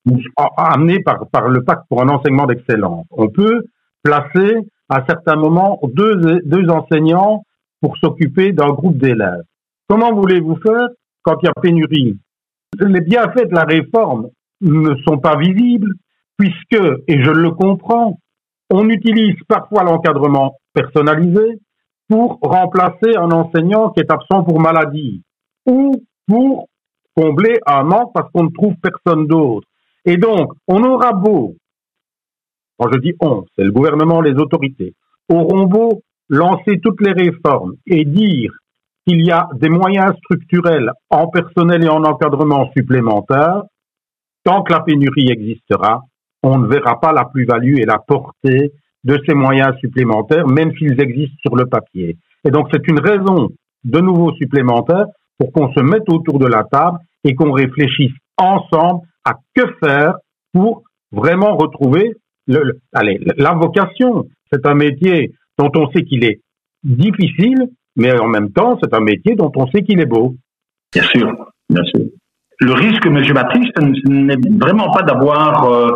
amené par le pacte pour un enseignement d'excellence. On peut placer à certains moments deux enseignants pour s'occuper d'un groupe d'élèves. Comment voulez-vous faire quand il y a pénurie? Les bienfaits de la réforme ne sont pas visibles puisque, et je le comprends, on utilise parfois l'encadrement personnalisé pour remplacer un enseignant qui est absent pour maladie ou pour combler un manque parce qu'on ne trouve personne d'autre. Et donc, on aura beau, quand je dis on, c'est le gouvernement, les autorités, auront beau lancer toutes les réformes et dire qu'il y a des moyens structurels en personnel et en encadrement supplémentaires, tant que la pénurie existera, on ne verra pas la plus-value et la portée de ces moyens supplémentaires, même s'ils existent sur le papier. Et donc, c'est une raison de nouveau supplémentaire pour qu'on se mette autour de la table et qu'on réfléchisse ensemble à que faire pour vraiment retrouver la vocation. C'est un métier dont on sait qu'il est difficile, mais en même temps, c'est un métier dont on sait qu'il est beau. Bien sûr, bien sûr. Le risque, M. Baptiste, n'est vraiment pas d'avoir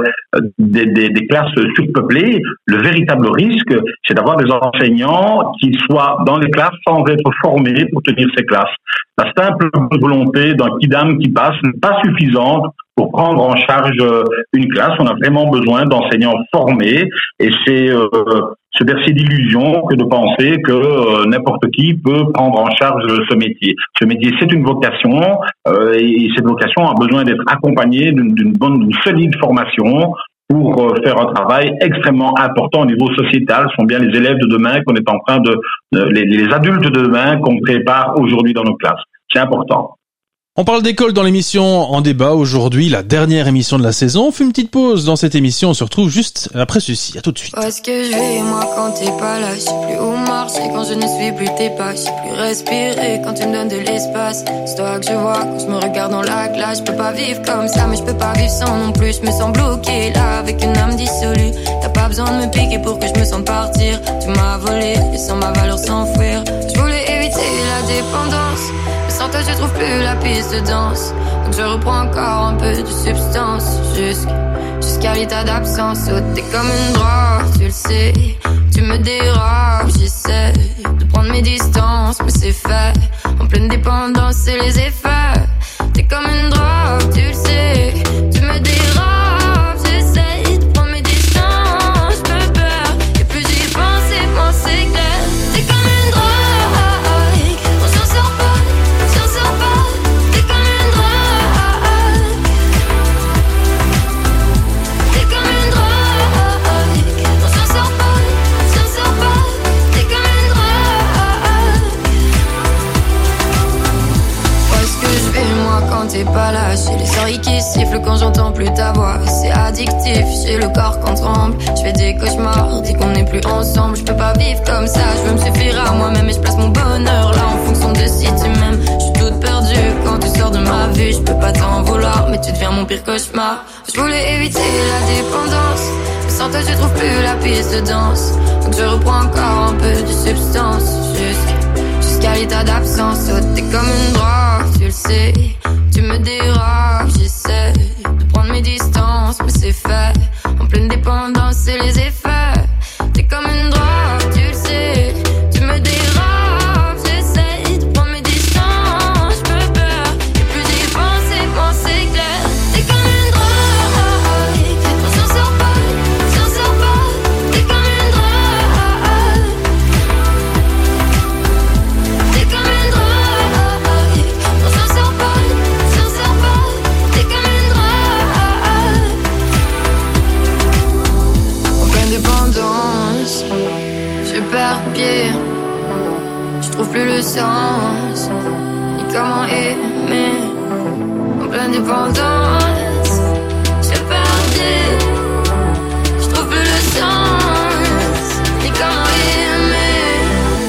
des classes surpeuplées. Le véritable risque, c'est d'avoir des enseignants qui soient dans les classes sans être formés pour tenir ces classes. La simple volonté d'un kidam qui passe n'est pas suffisante pour prendre en charge une classe. On a vraiment besoin d'enseignants formés et c'est se bercer d'illusions que de penser que n'importe qui peut prendre en charge ce métier. Ce métier, c'est une vocation et cette vocation a besoin d'être accompagnée d'une solide formation pour faire un travail extrêmement important au niveau sociétal. Ce sont bien les élèves de demain qu'on est en train les adultes de demain qu'on prépare aujourd'hui dans nos classes. C'est important. On parle d'école dans l'émission En débat aujourd'hui, la dernière émission de la saison. On fait une petite pause dans cette émission, on se retrouve juste après ceci. À tout de suite. Où est-ce que je vais, moi, quand t'es pas là? Je sais plus où marcher quand je ne suis plus tes pas. Je sais plus respirer quand tu me donnes de l'espace. C'est toi que je vois quand je me regarde dans la glace. Je peux pas vivre comme ça, mais je peux pas vivre sans non plus. Je me sens bloqué là avec une âme dissolue. T'as pas besoin de me piquer pour que je me sente partir. Tu m'as volé, laissant ma valeur s'enfuir. Je voulais éviter la dépendance. Sans toi je trouve plus la piste de danse. Donc je reprends encore un peu de substance jusqu'à l'état d'absence. Oh, t'es comme une drogue, tu le sais. Tu me déranges, j'essaie de prendre mes distances, mais c'est fait. En pleine dépendance, c'est les effets. T'es comme une drogue, tu le sais. Tu me déranges, j'essaie de prendre mes distances, je me perds. Et plus j'y pense et moins c'est clair. T'es comme une drogue. T'es pas là, j'ai les oreilles qui sifflent quand j'entends plus ta voix. C'est addictif, j'ai le corps qu'on tremble. Je fais des cauchemars dès qu'on n'est plus ensemble. Je peux pas vivre comme ça, je veux me suffire à moi-même. Et je place mon bonheur là en fonction de si tu m'aimes. Je suis toute perdue quand tu sors de ma vue. Je peux pas t'en vouloir, mais tu deviens mon pire cauchemar. Je voulais éviter la dépendance, mais sans toi je trouve plus la piste de danse. Donc je reprends encore un peu de substance jusqu'à l'état d'absence. Oh, t'es comme une drogue, tu le sais. Tu me déranges, j'essaie de prendre mes distances, mais c'est fait. En pleine dépendance, c'est les effets. T'es comme une drogue, tu le sais. Tu me déranges, j'essaie de prendre mes distances, je me perds. Et plus j'y pense et moins c'est clair. T'es comme une drogue, on s'en sort pas, s'en sort pas. T'es comme une drogue. T'es comme une drogue, on s'en sort pas. T'es comme une drogue. En pleine dépendance, je perds pied. Je trouve plus le sens, ni comment aimer. En pleine dépendance, je perds pied. Je trouve plus le sens, ni comment aimer.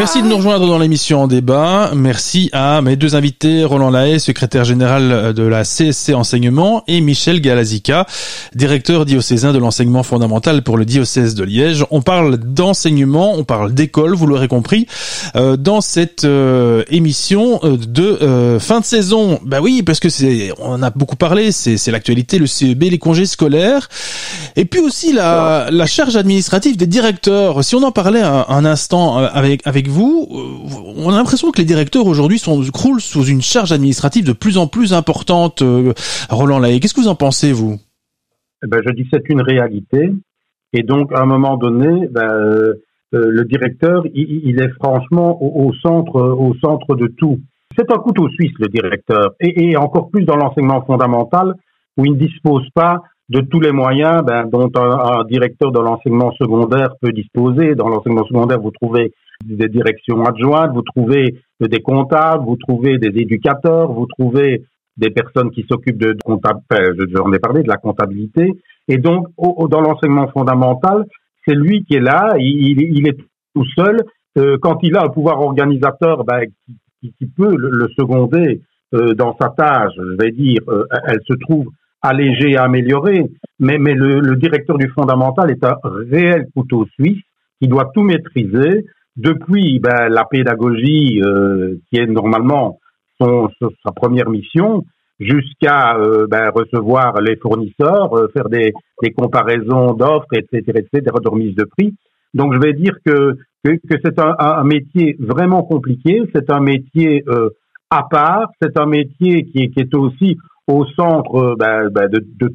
Merci de nous rejoindre dans l'émission En débat. Merci à mes deux invités, Roland Lahaye, secrétaire général de la CSC Enseignement, et Michel Galazica, directeur diocésain de l'enseignement fondamental pour le diocèse de Liège. On parle d'enseignement, on parle d'école, vous l'aurez compris, dans cette émission de fin de saison. Bah oui, parce que on en a beaucoup parlé, c'est l'actualité, le CEB, les congés scolaires, et puis aussi la charge administrative des directeurs. Si on en parlait un instant avec vous, on a l'impression que les directeurs aujourd'hui croulent sous une charge administrative de plus en plus importante. Roland Lahaye, qu'est-ce que vous en pensez, vous? Je dis que c'est une réalité, et donc à un moment donné, le directeur, il est franchement au centre de tout. C'est un couteau suisse, le directeur, et encore plus dans l'enseignement fondamental, où il ne dispose pas de tous les moyens dont un directeur de l'enseignement secondaire peut disposer. Dans l'enseignement secondaire, vous trouvez des directions adjointes, vous trouvez des comptables, vous trouvez des éducateurs, vous trouvez des personnes qui s'occupent de j'en ai parlé, de la comptabilité. Et donc, dans l'enseignement fondamental, c'est lui qui est là, il est tout seul. Quand il a un pouvoir organisateur qui peut le seconder dans sa tâche, je vais dire, elle se trouve allégée et améliorée, mais le directeur du fondamental est un réel couteau suisse qui doit tout maîtriser, depuis la pédagogie qui est normalement sa première mission, jusqu'à recevoir les fournisseurs, faire des comparaisons d'offres, etc., de remise de prix. Donc je vais dire que c'est un métier vraiment compliqué, c'est un métier à part, c'est un métier qui est aussi au centre de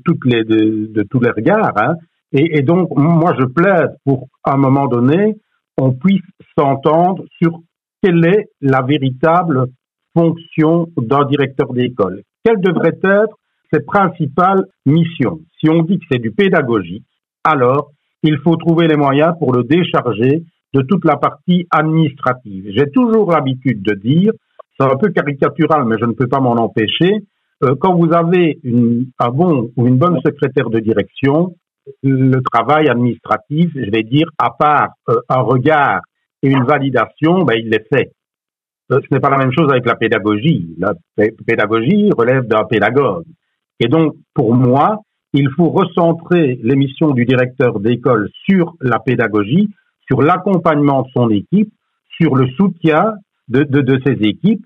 tous les regards, hein. Et donc moi je plaide pour à un moment donné on puisse s'entendre sur quelle est la véritable fonction d'un directeur d'école. Quelle devrait être ses principales missions? Si on dit que c'est du pédagogique, alors il faut trouver les moyens pour le décharger de toute la partie administrative. J'ai toujours l'habitude de dire, c'est un peu caricatural, mais je ne peux pas m'en empêcher, quand vous avez un bon ou une bonne secrétaire de direction, le travail administratif, je vais dire, à part un regard et une validation, il est fait. Ce n'est pas la même chose avec la pédagogie. La pédagogie relève d'un pédagogue. Et donc, pour moi, il faut recentrer les missions du directeur d'école sur la pédagogie, sur l'accompagnement de son équipe, sur le soutien de ses équipes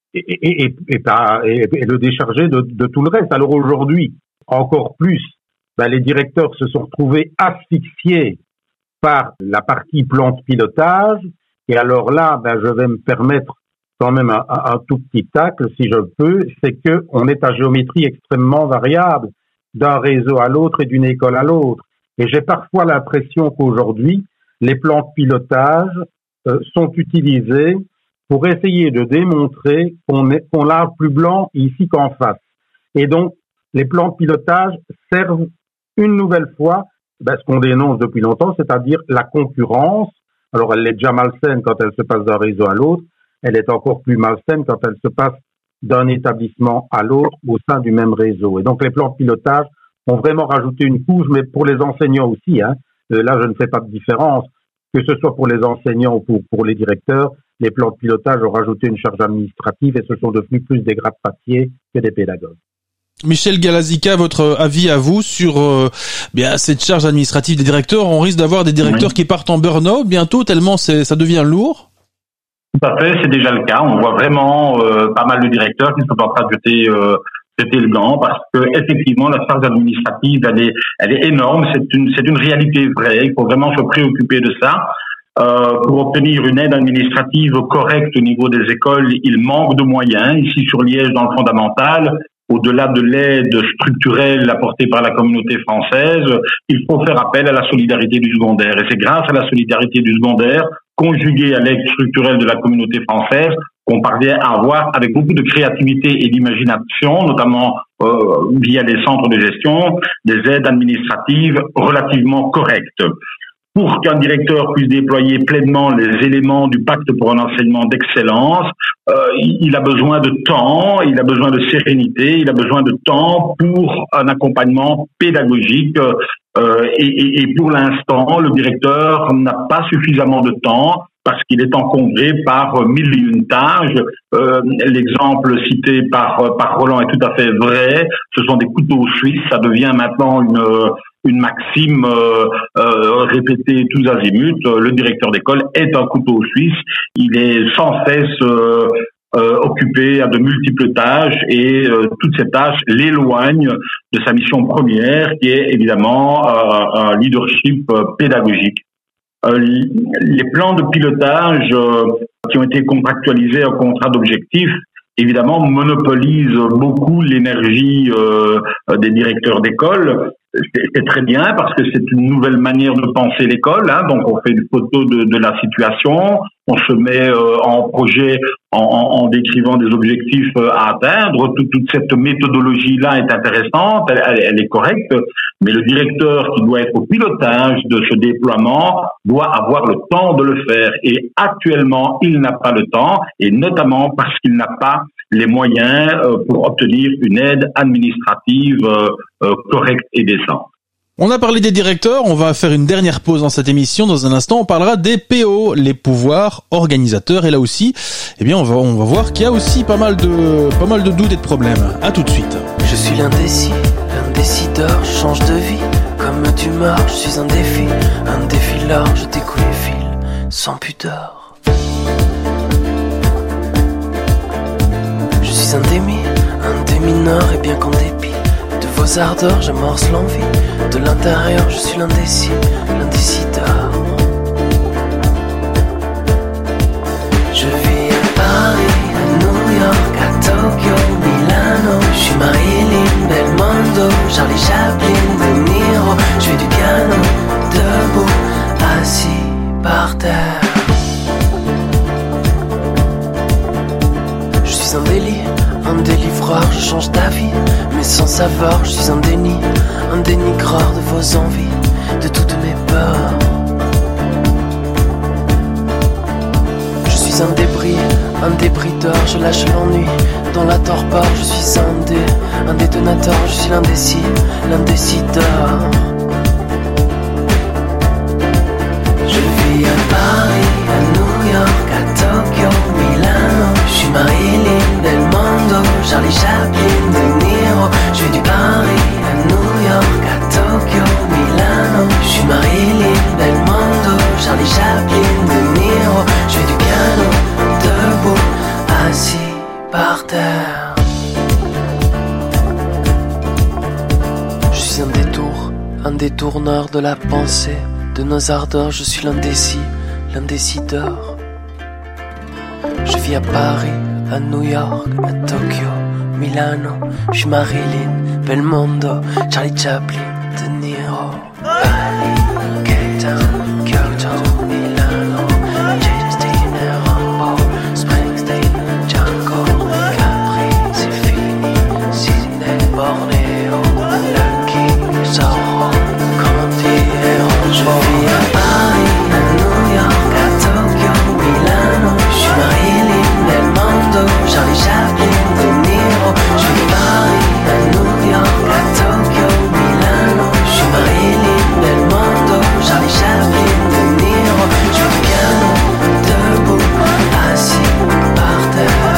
et le décharger de tout le reste. Alors aujourd'hui, encore plus, les directeurs se sont retrouvés asphyxiés par la partie plan de pilotage. Et alors là, je vais me permettre quand même un tout petit tacle, si je peux, c'est que on est à géométrie extrêmement variable d'un réseau à l'autre et d'une école à l'autre. Et j'ai parfois l'impression qu'aujourd'hui, les plans de pilotage sont utilisés pour essayer de démontrer qu'on lave plus blanc ici qu'en face. Et donc, les plans de pilotage servent une nouvelle fois ce qu'on dénonce depuis longtemps, c'est-à-dire la concurrence. Alors, elle est déjà malsaine quand elle se passe d'un réseau à l'autre. Elle est encore plus malsaine quand elle se passe d'un établissement à l'autre au sein du même réseau. Et donc, les plans de pilotage ont vraiment rajouté une couche, mais pour les enseignants aussi. Hein. Là, je ne fais pas de différence. Que ce soit pour les enseignants ou pour les directeurs, les plans de pilotage ont rajouté une charge administrative et ce sont devenus plus des gras de papier que des pédagogues. Michel Galazica, votre avis à vous sur cette charge administrative des directeurs? On risque d'avoir des directeurs qui partent en burn-out bientôt, tellement ça devient lourd. Tout à fait, c'est déjà le cas. On voit vraiment pas mal de directeurs qui sont en train de jeter le gant parce que effectivement la charge administrative elle est énorme. C'est une réalité vraie. Il faut vraiment se préoccuper de ça. Pour obtenir une aide administrative correcte au niveau des écoles, il manque de moyens. Ici sur Liège, dans le fondamental, au-delà de l'aide structurelle apportée par la communauté française, il faut faire appel à la solidarité du secondaire. Et c'est grâce à la solidarité du secondaire, conjuguée à l'aide structurelle de la communauté française, qu'on parvient à avoir, avec beaucoup de créativité et d'imagination, notamment via des centres de gestion, des aides administratives relativement correctes. Pour qu'un directeur puisse déployer pleinement les éléments du pacte pour un enseignement d'excellence, il a besoin de temps, il a besoin de sérénité, il a besoin de temps pour un accompagnement pédagogique. Et pour l'instant, le directeur n'a pas suffisamment de temps parce qu'il est encombré par 1001 tâches. L'exemple cité par Roland est tout à fait vrai. Ce sont des couteaux suisses. Ça devient maintenant une maxime répétée tous azimuts. Le directeur d'école est un couteau suisse. Il est sans cesse occupé à de multiples tâches et toutes ces tâches l'éloignent de sa mission première, qui est évidemment un leadership pédagogique. Les plans de pilotage qui ont été contractualisés en contrat d'objectifs, évidemment, monopolisent beaucoup l'énergie des directeurs d'école. C'est très bien parce que c'est une nouvelle manière de penser l'école. Donc, on fait une photo de la situation, on se met en projet en décrivant des objectifs à atteindre. Toute cette méthodologie-là est intéressante, elle est correcte, mais le directeur qui doit être au pilotage de ce déploiement doit avoir le temps de le faire. Et actuellement, il n'a pas le temps, et notamment parce qu'il n'a pas les moyens pour obtenir une aide administrative correcte et décente. On a parlé des directeurs, on va faire une dernière pause dans cette émission. Dans un instant, on parlera des PO, les pouvoirs organisateurs. Et là aussi, eh bien, on va voir qu'il y a aussi pas mal de doutes et de problèmes. À tout de suite. Je suis l'indécis, l'indécideur, je change de vie. Comme d'humeur, je suis un défi large, je découle les fils, sans pudeur. Je suis un démineur, et bien qu'en dépit de vos ardeurs, j'amorce l'envie. De l'intérieur, je suis l'indécideur. Je vis à Paris, à New York, à Tokyo, Milano. Je suis Marilyn, Belmondo, Charlie Chaplin, De Niro. Je fais du piano, debout, assis par terre. Je suis un délivreur, je change d'avis, mais sans savoir, je suis un dénigreur de vos envies, de toutes mes peurs. Je suis un débris d'or, je lâche l'ennui dans la torpeur. Je suis un détonateur, je suis l'indécideur. Je vis à Paris, à New York, à Tokyo, Milano. Je suis Marilyn, Belmondo, Charlie Chaplin, De Niro. Je fais du Paris à New York, à Tokyo, Milano. Je suis Marilyn, Belmondo, Charlie Chaplin, De Niro. Je fais du piano, debout, assis par terre. Je suis un détourneur de la pensée, de nos ardeurs. Je suis l'indécideur. Je vis à Paris, à New York, à Tokyo, Milano. Je suis Marilyn, Belmondo, Charlie Chaplin, De Niro. Bali, Cape Town, Kyoto, Milano, James Dean et Rambo, Springsteen, Django, Capri, c'est fini, Sydney, Bornéo, Lucky, Zorro, Conti et Rambo. Je vis à Paris, à New York, à Tokyo, Milano. Je suis Marilyn, Belmondo, Charlie Chaplin, De Niro. Je vis à Paris, à New York, à Tokyo, Milano. Je suis Marilyn, Belmondo, Charlie Chaplin, De Niro. Je fais du piano, debout, assis par terre.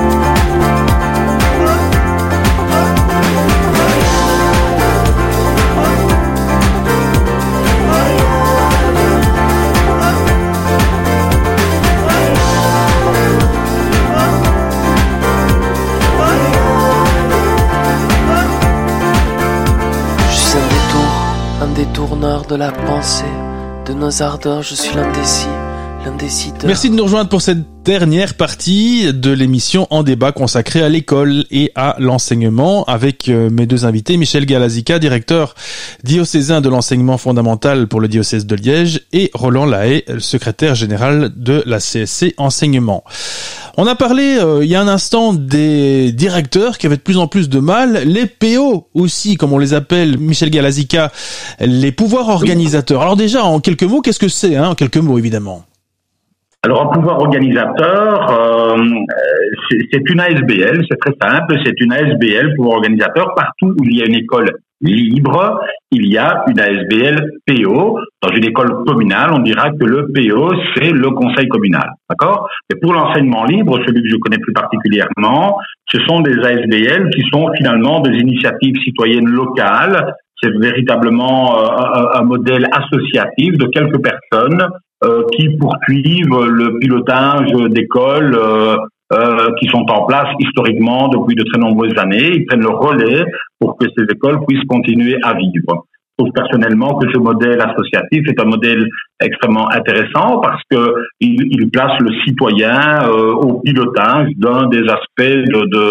Détourneur de la pensée, de nos ardeurs, je suis l'indécideur. Merci de nous rejoindre pour cette dernière partie de l'émission En débat consacrée à l'école et à l'enseignement avec mes deux invités, Michel Galazica, directeur diocésain de l'enseignement fondamental pour le diocèse de Liège, et Roland Lahaye, secrétaire général de la CSC Enseignement. On a parlé il y a un instant des directeurs qui avaient de plus en plus de mal, les PO aussi, comme on les appelle, Michel Galazica, les pouvoirs organisateurs. Alors déjà, en quelques mots, qu'est-ce que c'est, en quelques mots évidemment? Alors, un pouvoir organisateur, c'est une ASBL, c'est très simple, c'est une ASBL, pouvoir organisateur, partout où il y a une école libre, il y a une ASBL PO. Dans une école communale, on dira que le PO, c'est le conseil communal. D'accord? Mais pour l'enseignement libre, celui que je connais plus particulièrement, ce sont des ASBL qui sont finalement des initiatives citoyennes locales. C'est véritablement un modèle associatif de quelques personnes qui poursuivent le pilotage d'écoles qui sont en place historiquement depuis de très nombreuses années. Ils prennent le relais pour que ces écoles puissent continuer à vivre. Je trouve personnellement que ce modèle associatif est un modèle extrêmement intéressant parce que il place le citoyen au pilotage d'un des aspects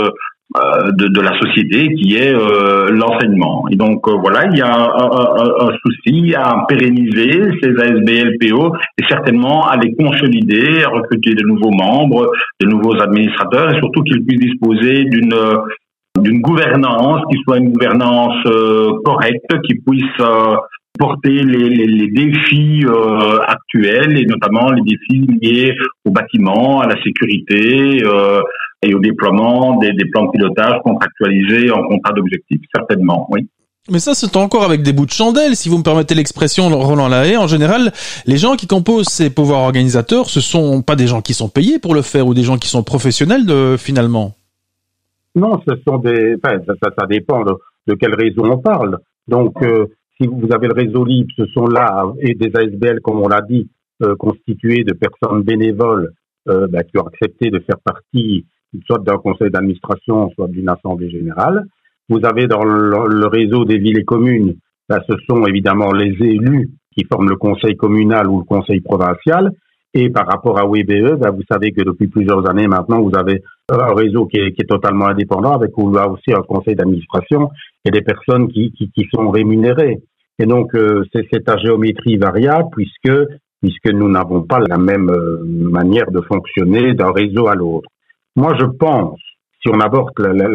de la société qui est l'enseignement. Et donc voilà, il y a un souci à pérenniser ces ASBL-PO et certainement à les consolider, à recruter de nouveaux membres, de nouveaux administrateurs et surtout qu'ils puissent disposer d'une gouvernance qui soit une gouvernance correcte, qui puisse porter les défis actuels et notamment les défis liés au bâtiment, à la sécurité et au déploiement des plans de pilotage contractualisés en contrat d'objectifs, certainement, oui. Mais ça, c'est encore avec des bouts de chandelle, si vous me permettez l'expression, Roland Lahaye. En général, les gens qui composent ces pouvoirs organisateurs, ce sont pas des gens qui sont payés pour le faire ou des gens qui sont professionnels finalement. Non, ce sont ça dépend de quel réseau on parle. Donc, si vous avez le réseau libre, ce sont là, et des ASBL, comme on l'a dit, constitués de personnes bénévoles, qui ont accepté de faire partie soit d'un conseil d'administration, soit d'une assemblée générale. Vous avez dans le réseau des villes et communes, ce sont évidemment les élus qui forment le conseil communal ou le conseil provincial. Et par rapport à WBE, vous savez que depuis plusieurs années maintenant, vous avez un réseau qui est totalement indépendant, avec où il y a aussi un conseil d'administration et des personnes qui sont rémunérées. Et donc, c'est à géométrie variable puisque nous n'avons pas la même manière de fonctionner d'un réseau à l'autre. Moi, je pense, si on aborde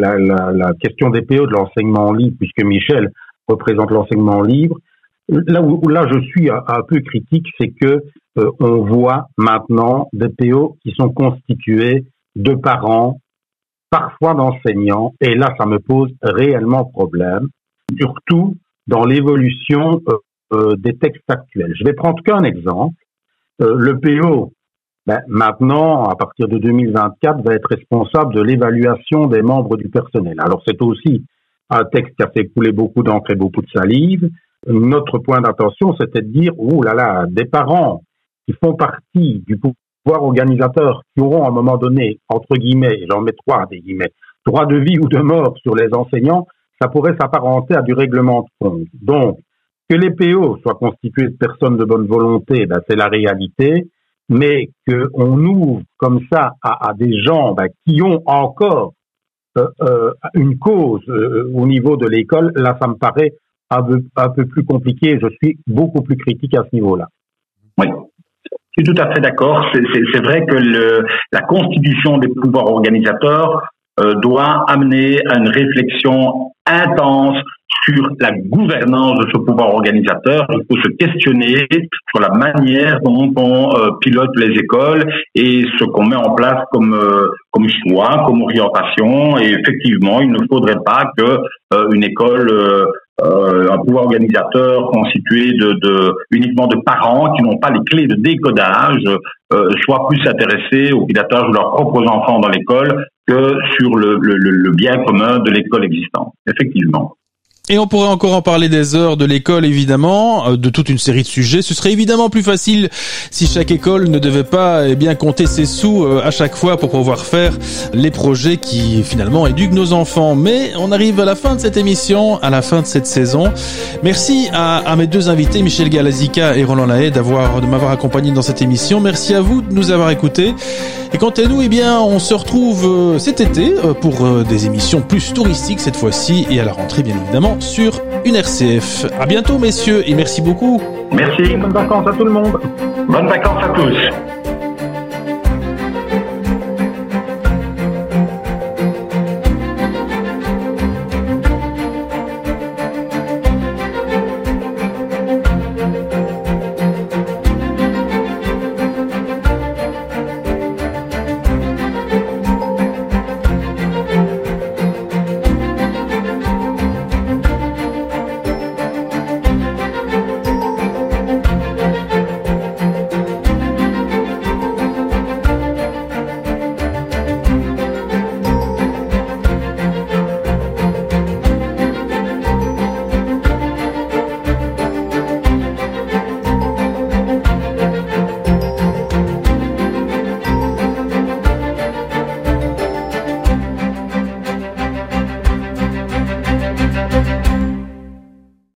la question des PO de l'enseignement libre, puisque Michel représente l'enseignement libre, là où je suis un peu critique, c'est que on voit maintenant des PO qui sont constitués de parents, parfois d'enseignants, et là, ça me pose réellement problème, surtout dans l'évolution des textes actuels. Je vais prendre qu'un exemple. Le PO, maintenant, à partir de 2024, va être responsable de l'évaluation des membres du personnel. Alors, c'est aussi un texte qui a fait couler beaucoup d'encre et beaucoup de salive. Notre point d'attention, c'était de dire, des parents qui font partie du pouvoir organisateur, qui auront à un moment donné, entre guillemets, j'en mets des guillemets, droit de vie ou de mort sur les enseignants, ça pourrait s'apparenter à du règlement de compte. Donc, que les PO soient constitués de personnes de bonne volonté, c'est la réalité, mais qu'on ouvre comme ça à des gens qui ont encore une cause au niveau de l'école, là, ça me paraît un peu plus compliqué. Je suis beaucoup plus critique à ce niveau-là. Oui. Je suis tout à fait d'accord. C'est vrai que la constitution des pouvoirs organisateurs doit amener à une réflexion intense sur la gouvernance de ce pouvoir organisateur. Il faut se questionner sur la manière dont on pilote les écoles et ce qu'on met en place comme choix, comme orientation. Et effectivement, il ne faudrait pas que une école un pouvoir organisateur constitué uniquement de parents qui n'ont pas les clés de décodage soient plus intéressés au pilotage de leurs propres enfants dans l'école que sur le bien commun de l'école existante. Effectivement. Et on pourrait encore en parler des heures de l'école, évidemment, de toute une série de sujets. Ce serait évidemment plus facile si chaque école ne devait pas compter ses sous à chaque fois pour pouvoir faire les projets qui, finalement, éduquent nos enfants. Mais on arrive à la fin de cette émission, à la fin de cette saison. Merci à mes deux invités, Michel Galazica et Roland Lahaye, de m'avoir accompagné dans cette émission. Merci à vous de nous avoir écoutés. Et quant à nous, on se retrouve cet été pour des émissions plus touristiques cette fois-ci et à la rentrée, bien évidemment, sur une RCF. À bientôt, messieurs, et merci beaucoup. Merci. Bonnes vacances à tout le monde. Bonnes vacances à tous.